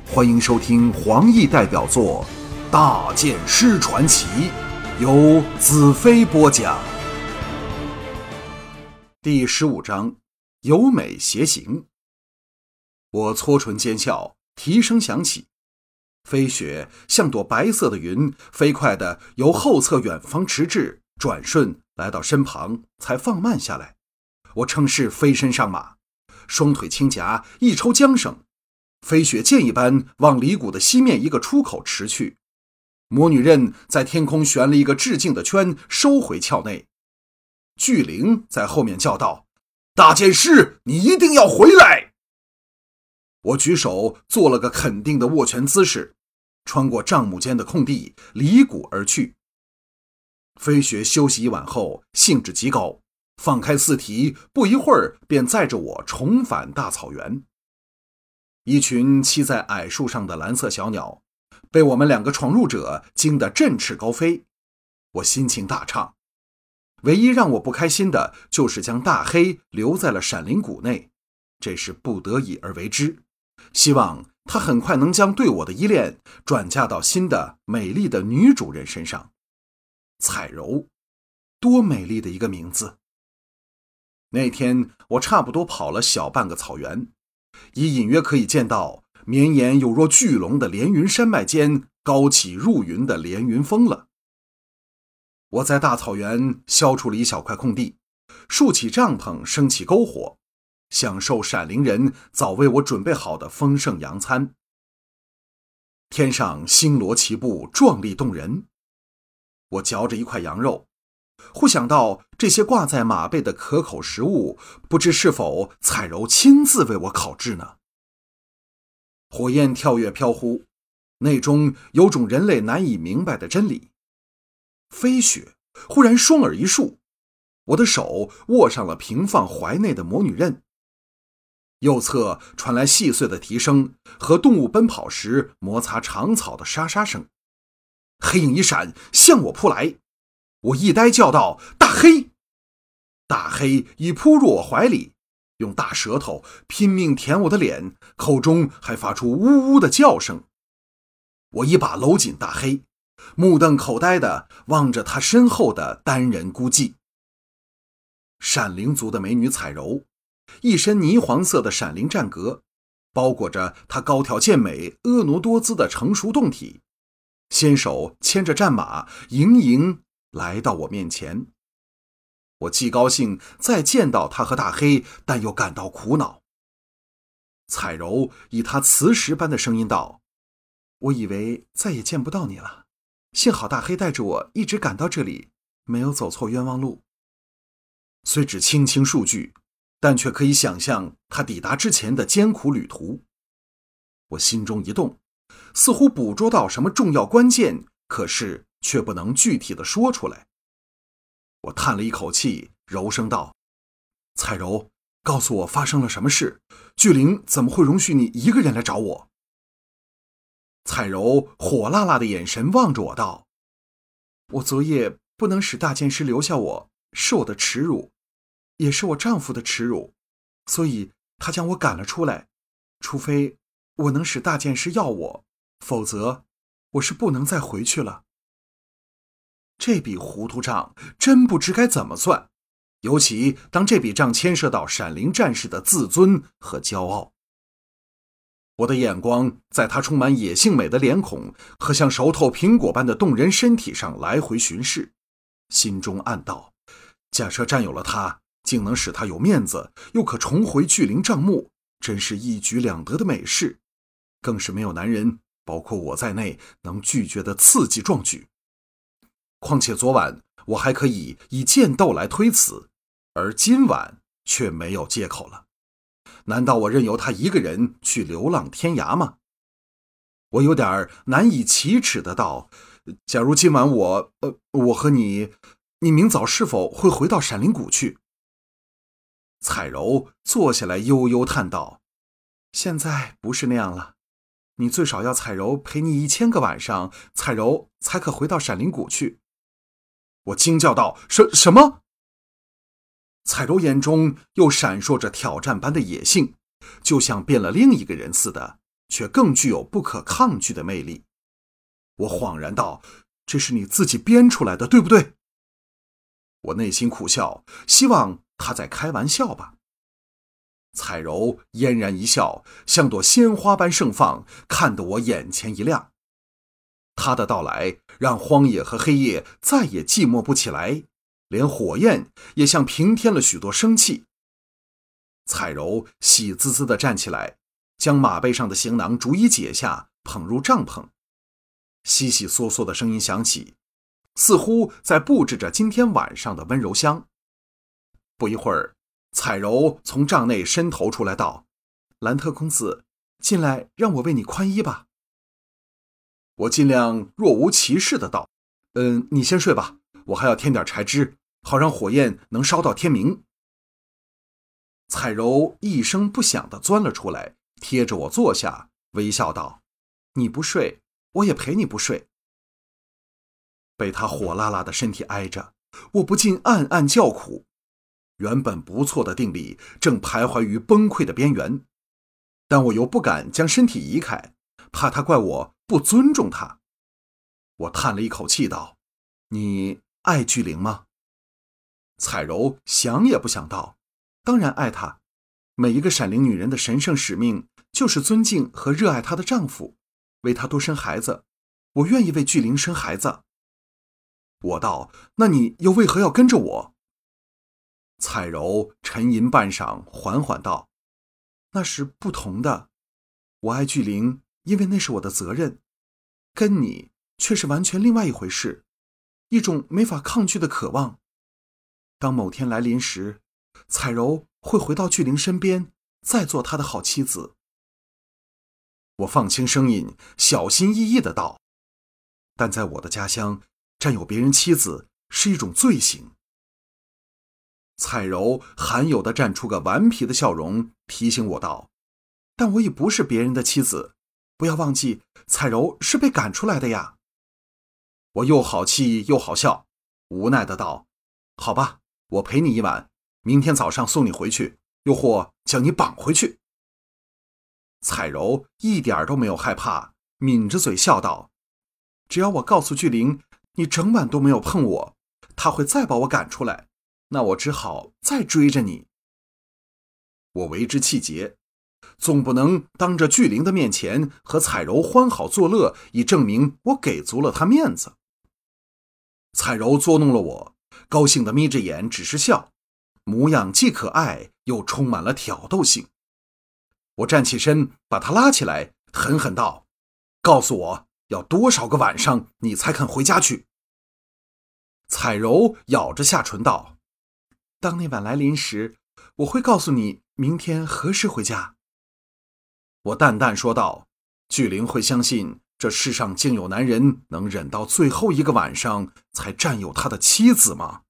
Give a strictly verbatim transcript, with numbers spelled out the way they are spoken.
欢迎收听黄奕代表作《大剑师传奇》，由子飞播讲。第十五章，由美邪行。我搓唇尖笑，蹄声响起，飞雪像朵白色的云，飞快地由后侧远方驰至，转瞬来到身旁，才放慢下来。我乘势飞身上马，双腿轻夹，一抽缰绳，飞雪箭一般往离谷的西面一个出口驰去。魔女刃在天空旋了一个致敬的圈，收回鞘内。巨灵在后面叫道：“大剑师，你一定要回来！”我举手做了个肯定的握拳姿势，穿过帐幕间的空地，离谷而去。飞雪休息一晚后，兴致极高，放开四蹄，不一会儿便载着我重返大草原。一群栖在矮树上的蓝色小鸟被我们两个闯入者惊得振翅高飞，我心情大畅。唯一让我不开心的就是将大黑留在了闪灵谷内，这是不得已而为之，希望他很快能将对我的依恋转嫁到新的美丽的女主人身上。彩柔，多美丽的一个名字。那天我差不多跑了小半个草原，已隐约可以见到绵延有若巨龙的连云山脉间高起入云的连云峰了。我在大草原消除了一小块空地，竖起帐篷，升起篝火，享受闪灵人早为我准备好的丰盛洋餐。天上星罗棋布，壮丽动人。我嚼着一块羊肉，忽想到这些挂在马背的可口食物，不知是否彩柔亲自为我烤制呢？火焰跳跃飘忽，内中有种人类难以明白的真理。飞雪忽然双耳一竖，我的手握上了平放怀内的魔女刃，右侧传来细碎的蹄声和动物奔跑时摩擦长草的沙沙声。黑影一闪，向我扑来，我一呆叫道：“大黑！”大黑已扑入我怀里，用大舌头拼命舔我的脸，口中还发出呜呜的叫声。我一把搂紧大黑，目瞪口呆地望着他身后的单人孤寂。闪灵族的美女彩柔，一身泥黄色的闪灵战革，包裹着她高挑健美、婀娜多姿的成熟胴体，纤手牵着战马，盈盈来到我面前。我既高兴再见到他和大黑，但又感到苦恼。彩柔以她磁石般的声音道：“我以为再也见不到你了，幸好大黑带着我一直赶到这里，没有走错冤枉路。”虽只轻轻数句，但却可以想象他抵达之前的艰苦旅途。我心中一动，似乎捕捉到什么重要关键，可是却不能具体的说出来。我叹了一口气，柔声道：“彩柔，告诉我发生了什么事？巨灵怎么会容许你一个人来找我？”彩柔火辣辣的眼神望着我道：“我昨夜不能使大剑师留下我，是我的耻辱，也是我丈夫的耻辱，所以他将我赶了出来。除非我能使大剑师要我，否则我是不能再回去了。”这笔糊涂账真不知该怎么算，尤其当这笔账牵涉到闪灵战士的自尊和骄傲。我的眼光在他充满野性美的脸孔和像熟透苹果般的动人身体上来回巡视，心中暗道：假设占有了他，竟能使他有面子，又可重回巨灵帐幕，真是一举两得的美事，更是没有男人，包括我在内，能拒绝的刺激壮举。况且昨晚我还可以以剑斗来推辞，而今晚却没有借口了。难道我任由他一个人去流浪天涯吗？我有点难以启齿的道：假如今晚我呃，我和你，你明早是否会回到闪灵谷去？彩柔坐下来悠悠叹道：现在不是那样了，你最少要彩柔陪你一千个晚上，彩柔才可回到闪灵谷去。我惊叫道：什什么？彩柔眼中又闪烁着挑战般的野性，就像变了另一个人似的， 却更具有不可抗拒的魅力。我恍然道：这是你自己编出来的，对不对？我内心苦笑，希望他在开玩笑吧。彩柔嫣然一笑，像朵鲜花般盛放，看得我眼前一亮。他的到来让荒野和黑夜再也寂寞不起来，连火焰也像平添了许多生气。彩柔喜滋滋地站起来，将马背上的行囊逐一解下，捧入帐篷。悉悉嗦嗦的声音响起，似乎在布置着今天晚上的温柔乡。不一会儿，彩柔从帐内伸头出来道：兰特公子，进来让我为你宽衣吧。我尽量若无其事的道：嗯，你先睡吧，我还要添点柴枝，好让火焰能烧到天明。彩柔一声不响地钻了出来，贴着我坐下，微笑道：你不睡，我也陪你不睡。被他火辣辣的身体挨着，我不禁暗暗叫苦。原本不错的定力正徘徊于崩溃的边缘，但我又不敢将身体移开，怕他怪我不尊重他。我叹了一口气道：你爱巨灵吗？彩柔想也不想道：当然爱她，每一个闪灵女人的神圣使命就是尊敬和热爱她的丈夫，为她多生孩子，我愿意为巨灵生孩子。我道：那你又为何要跟着我？彩柔沉吟半晌，缓缓道：那是不同的，我爱巨灵，因为那是我的责任，跟你却是完全另外一回事，一种没法抗拒的渴望。当某天来临时，彩柔会回到巨灵身边，再做她的好妻子。我放轻声音，小心翼翼地道：但在我的家乡，占有别人妻子是一种罪行。彩柔罕有地绽出个顽皮的笑容，提醒我道：但我已不是别人的妻子，不要忘记，彩柔是被赶出来的呀。我又好气又好笑，无奈地道：好吧，我陪你一晚，明天早上送你回去，又或将你绑回去。彩柔一点都没有害怕，抿着嘴笑道：只要我告诉巨灵你整晚都没有碰我，他会再把我赶出来，那我只好再追着你。我为之气结，总不能当着巨灵的面前和彩柔欢好作乐，以证明我给足了他面子。彩柔捉弄了我，高兴地眯着眼只是笑，模样既可爱又充满了挑逗性。我站起身把她拉起来，狠狠道：告诉我要多少个晚上你才肯回家去？彩柔咬着下唇道：当那晚来临时，我会告诉你明天何时回家。我淡淡说道：巨灵会相信这世上竟有男人能忍到最后一个晚上才占有他的妻子吗？